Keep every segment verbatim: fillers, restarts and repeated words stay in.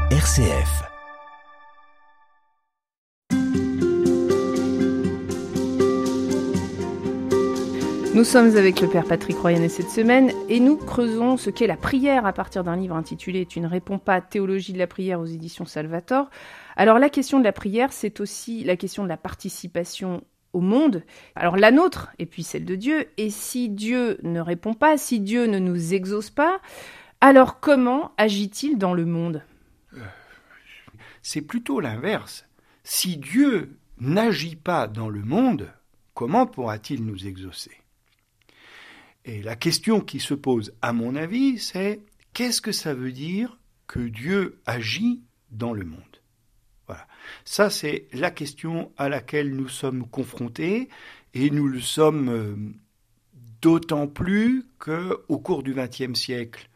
R C F. Nous sommes avec le Père Patrick Royanet cette semaine et nous creusons ce qu'est la prière à partir d'un livre intitulé « Tu ne réponds pas, théologie de la prière » aux éditions Salvator. Alors la question de la prière, c'est aussi la question de la participation au monde. Alors la nôtre et puis celle de Dieu. Et si Dieu ne répond pas, si Dieu ne nous exauce pas, alors comment agit-il dans le monde ? C'est plutôt l'inverse. Si Dieu n'agit pas dans le monde, comment pourra-t-il nous exaucer ? Et la question qui se pose, à mon avis, c'est qu'est-ce que ça veut dire que Dieu agit dans le monde ? Voilà. Ça, c'est la question à laquelle nous sommes confrontés, et nous le sommes euh, d'autant plus qu'au cours du vingtième siècle,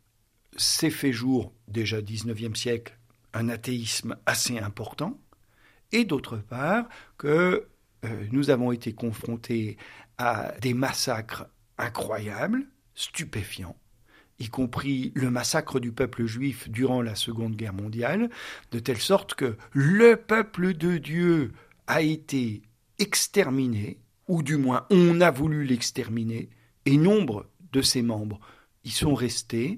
s'est fait jour, déjà dix-neuvième siècle, un athéisme assez important, et d'autre part que euh, nous avons été confrontés à des massacres incroyables, stupéfiants, y compris le massacre du peuple juif durant la Seconde Guerre mondiale, de telle sorte que le peuple de Dieu a été exterminé, ou du moins on a voulu l'exterminer, et nombre de ses membres y sont restés.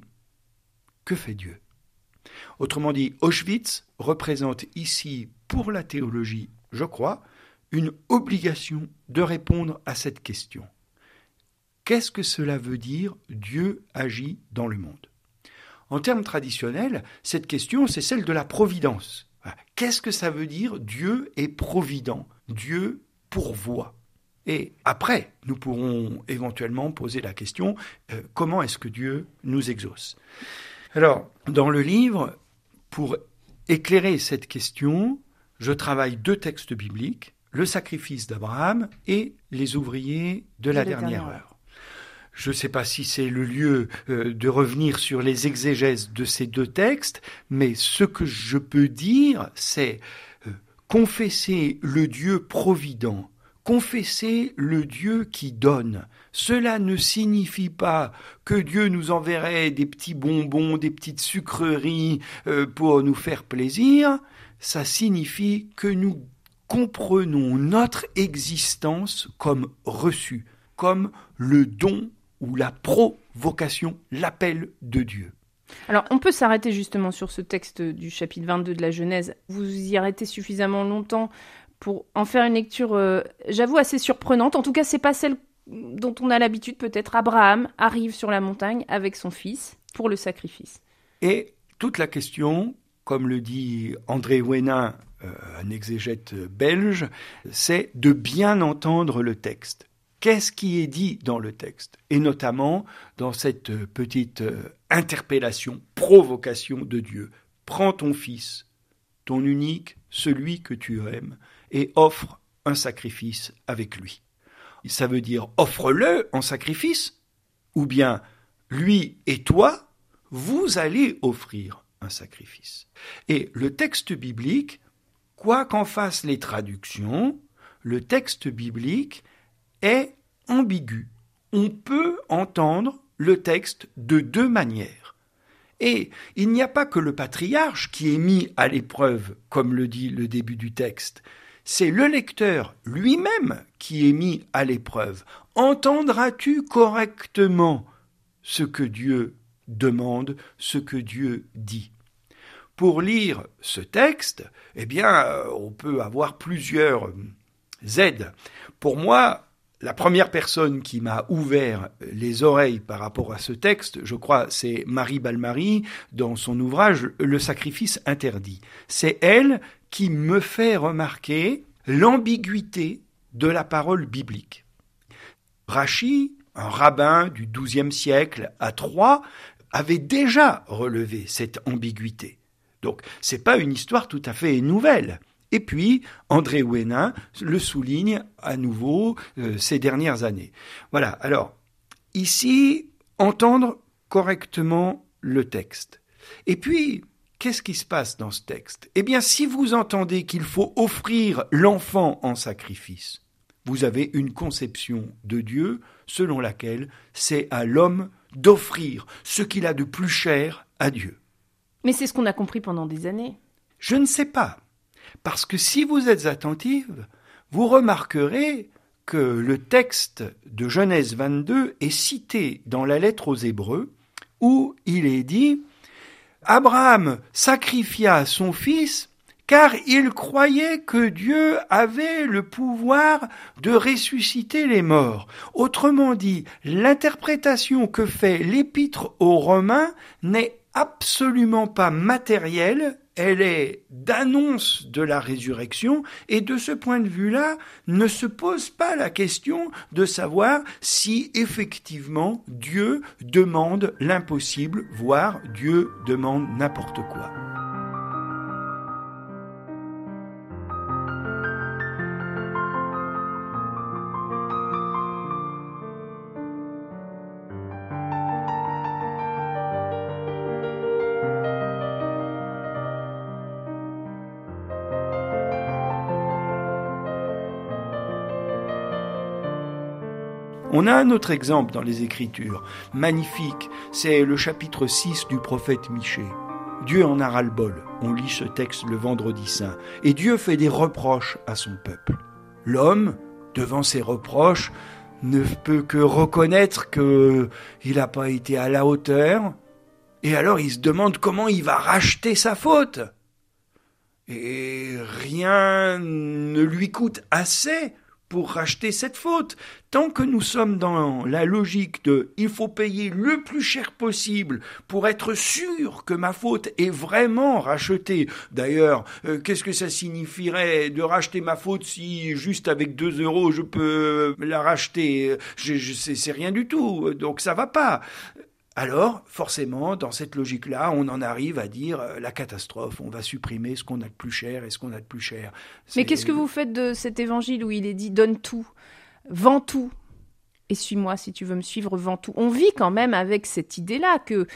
Que fait Dieu ? Autrement dit, Auschwitz représente ici, pour la théologie, je crois, une obligation de répondre à cette question. Qu'est-ce que cela veut dire « Dieu agit dans le monde » ? En termes traditionnels, cette question, c'est celle de la providence. Qu'est-ce que ça veut dire « Dieu est provident » ? Dieu pourvoit. Et après, nous pourrons éventuellement poser la question euh, « Comment est-ce que Dieu nous exauce ?» Alors, dans le livre, pour éclairer cette question, je travaille deux textes bibliques, le sacrifice d'Abraham et les ouvriers de la dernière heure. Je ne sais pas si c'est le lieu euh, de revenir sur les exégèses de ces deux textes, mais ce que je peux dire, c'est euh, confesser le Dieu provident, confesser le Dieu qui donne. Cela ne signifie pas que Dieu nous enverrait des petits bonbons, des petites sucreries euh, pour nous faire plaisir. Ça signifie que nous comprenons notre existence comme reçue, comme le don ou la provocation, l'appel de Dieu. Alors, on peut s'arrêter justement sur ce texte du chapitre vingt-deux de la Genèse. Vous y arrêtez suffisamment longtemps pour en faire une lecture, euh, j'avoue, assez surprenante. En tout cas, c'est pas celle dont on a l'habitude peut-être. Abraham arrive sur la montagne avec son fils pour le sacrifice. Et toute la question, comme le dit André Ouénin, euh, un exégète belge, c'est de bien entendre le texte. Qu'est-ce qui est dit dans le texte ? Et notamment dans cette petite interpellation, provocation de Dieu. Prends ton fils, ton unique, celui que tu aimes, et offre un sacrifice avec lui. Ça veut dire offre-le en sacrifice, ou bien lui et toi, vous allez offrir un sacrifice. Et le texte biblique, quoi qu'en fassent les traductions, le texte biblique est ambigu. On peut entendre le texte de deux manières. Et il n'y a pas que le patriarche qui est mis à l'épreuve, comme le dit le début du texte. C'est le lecteur lui-même qui est mis à l'épreuve. Entendras-tu correctement ce que Dieu demande, ce que Dieu dit ? Pour lire ce texte, eh bien, on peut avoir plusieurs aides. Pour moi, la première personne qui m'a ouvert les oreilles par rapport à ce texte, je crois, c'est Marie Balmary dans son ouvrage « Le sacrifice interdit ». C'est elle qui me fait remarquer l'ambiguïté de la parole biblique. Rachi, un rabbin du douzième siècle à Troyes, avait déjà relevé cette ambiguïté. Donc, c'est pas une histoire tout à fait nouvelle. Et puis, André Ouénin le souligne à nouveau euh, ces dernières années. Voilà, alors, ici, entendre correctement le texte. Et puis, qu'est-ce qui se passe dans ce texte ? Eh bien, si vous entendez qu'il faut offrir l'enfant en sacrifice, vous avez une conception de Dieu selon laquelle c'est à l'homme d'offrir ce qu'il a de plus cher à Dieu. Mais c'est ce qu'on a compris pendant des années. Je ne sais pas. Parce que si vous êtes attentive, vous remarquerez que le texte de Genèse vingt-deux est cité dans la lettre aux Hébreux, où il est dit « Abraham sacrifia son fils car il croyait que Dieu avait le pouvoir de ressusciter les morts. » Autrement dit, l'interprétation que fait l'Épître aux Romains n'est absolument pas matérielle, elle est d'annonce de la résurrection, et de ce point de vue-là, ne se pose pas la question de savoir si effectivement Dieu demande l'impossible, voire Dieu demande n'importe quoi. On a un autre exemple dans les Écritures, magnifique, c'est le chapitre six du prophète Michée. Dieu en a ras-le-bol, on lit ce texte le vendredi saint, et Dieu fait des reproches à son peuple. L'homme, devant ces reproches, ne peut que reconnaître qu'il n'a pas été à la hauteur, et alors il se demande comment il va racheter sa faute. Et rien ne lui coûte assez pour racheter cette faute. Tant que nous sommes dans la logique de « il faut payer le plus cher possible pour être sûr que ma faute est vraiment rachetée ». D'ailleurs, euh, qu'est-ce que ça signifierait de racheter ma faute si juste avec deux euros je peux la racheter ? je, je, c'est, c'est rien du tout, donc ça va pas. Alors, forcément, dans cette logique-là, on en arrive à dire euh, la catastrophe, on va supprimer ce qu'on a de plus cher et ce qu'on a de plus cher. C'est... Mais qu'est-ce que vous faites de cet évangile où il est dit « donne tout, vends tout et suis-moi si tu veux me suivre, vends tout ». On vit quand même avec cette idée-là que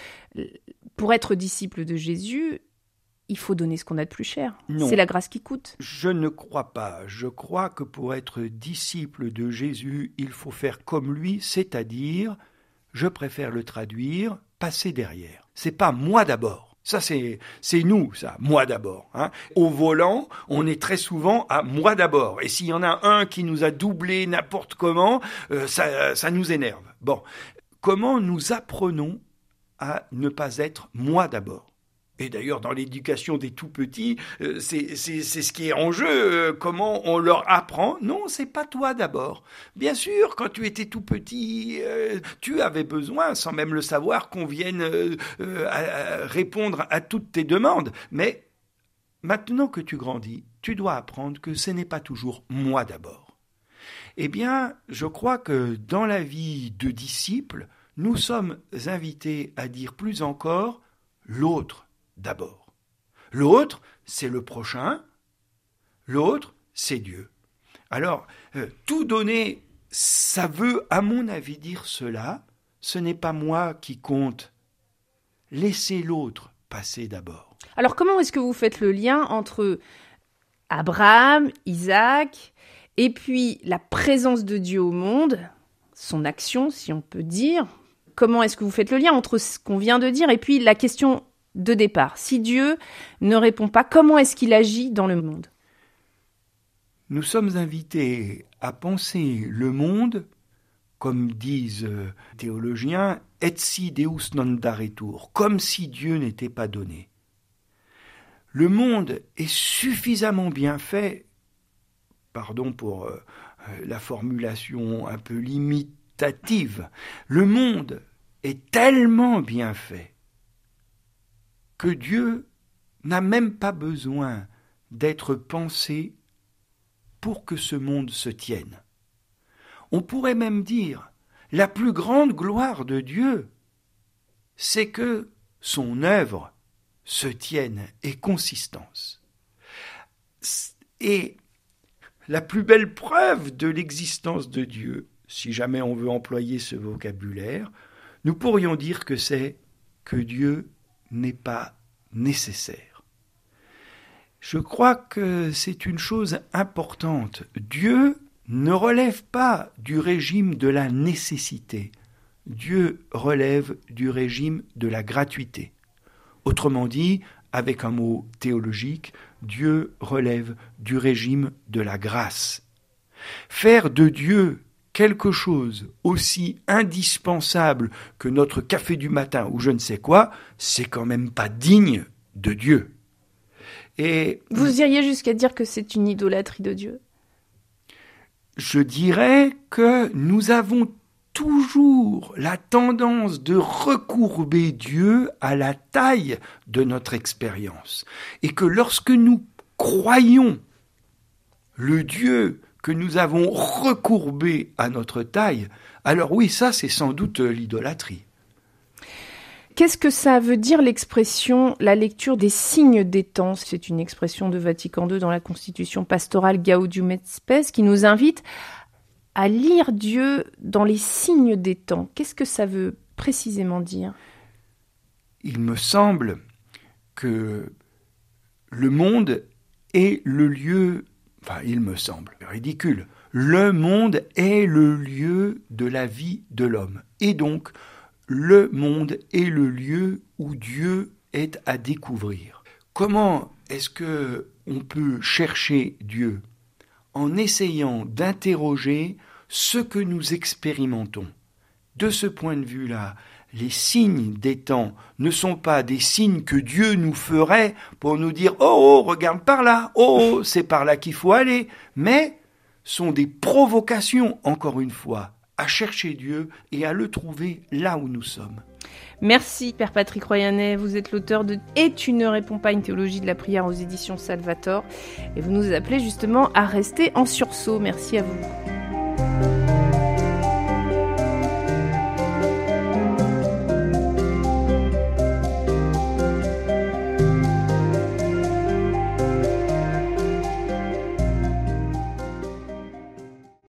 pour être disciple de Jésus, il faut donner ce qu'on a de plus cher. Non, c'est la grâce qui coûte. Je ne crois pas. Je crois que pour être disciple de Jésus, il faut faire comme lui, c'est-à-dire... je préfère le traduire, passer derrière. C'est pas moi d'abord. Ça, c'est, c'est nous, ça. Moi d'abord. Hein. Au volant, on est très souvent à moi d'abord. Et s'il y en a un qui nous a doublé n'importe comment, euh, ça, ça nous énerve. Bon. Comment nous apprenons à ne pas être moi d'abord ? Et d'ailleurs, dans l'éducation des tout-petits, euh, c'est, c'est, c'est ce qui est en jeu. Euh, comment on leur apprend ? Non, c'est pas toi d'abord. Bien sûr, quand tu étais tout petit, euh, tu avais besoin, sans même le savoir, qu'on vienne euh, euh, à, à répondre à toutes tes demandes. Mais maintenant que tu grandis, tu dois apprendre que ce n'est pas toujours moi d'abord. Eh bien, je crois que dans la vie de disciple, nous sommes invités à dire plus encore l'autre d'abord. L'autre, c'est le prochain. L'autre, c'est Dieu. Alors, euh, tout donner, ça veut, à mon avis, dire cela. Ce n'est pas moi qui compte. Laissez l'autre passer d'abord. Alors, comment est-ce que vous faites le lien entre Abraham, Isaac, et puis la présence de Dieu au monde, son action, si on peut dire ? Comment est-ce que vous faites le lien entre ce qu'on vient de dire et puis la question de départ? Si Dieu ne répond pas, comment est-ce qu'il agit dans le monde ? Nous sommes invités à penser le monde, comme disent les théologiens, et si Deus non daretur, comme si Dieu n'était pas donné. Le monde est suffisamment bien fait, pardon pour euh, la formulation un peu limitative, le monde est tellement bien fait que Dieu n'a même pas besoin d'être pensé pour que ce monde se tienne. On pourrait même dire, la plus grande gloire de Dieu, c'est que son œuvre se tienne et consistance. Et la plus belle preuve de l'existence de Dieu, si jamais on veut employer ce vocabulaire, nous pourrions dire que c'est que Dieu n'est pas nécessaire. Je crois que c'est une chose importante. Dieu ne relève pas du régime de la nécessité. Dieu relève du régime de la gratuité. Autrement dit, avec un mot théologique, Dieu relève du régime de la grâce. Faire de Dieu quelque chose aussi indispensable que notre café du matin ou je ne sais quoi, c'est quand même pas digne de Dieu. Et vous iriez jusqu'à dire que c'est une idolâtrie de Dieu? Je dirais que nous avons toujours la tendance de recourber Dieu à la taille de notre expérience. Et que lorsque nous croyons le Dieu que nous avons recourbé à notre taille, alors oui, ça c'est sans doute l'idolâtrie. Qu'est-ce que ça veut dire l'expression « la lecture des signes des temps » ? C'est une expression de Vatican deux dans la constitution pastorale Gaudium et Spes qui nous invite à lire Dieu dans les signes des temps. Qu'est-ce que ça veut précisément dire ? Il me semble que le monde est le lieu, enfin il me semble, ridicule, le monde est le lieu de la vie de l'homme. Et donc, le monde est le lieu où Dieu est à découvrir. Comment est-ce que on peut chercher Dieu ? En essayant d'interroger ce que nous expérimentons. De ce point de vue-là, les signes des temps ne sont pas des signes que Dieu nous ferait pour nous dire « Oh, oh, regarde par là, oh, oh, c'est par là qu'il faut aller », mais sont des provocations, encore une fois, à chercher Dieu et à le trouver là où nous sommes. Merci Père Patrick Royanet, vous êtes l'auteur de « Et tu ne réponds pas, une théologie de la prière » aux éditions Salvator et vous nous appelez justement à rester en sursaut. Merci à vous.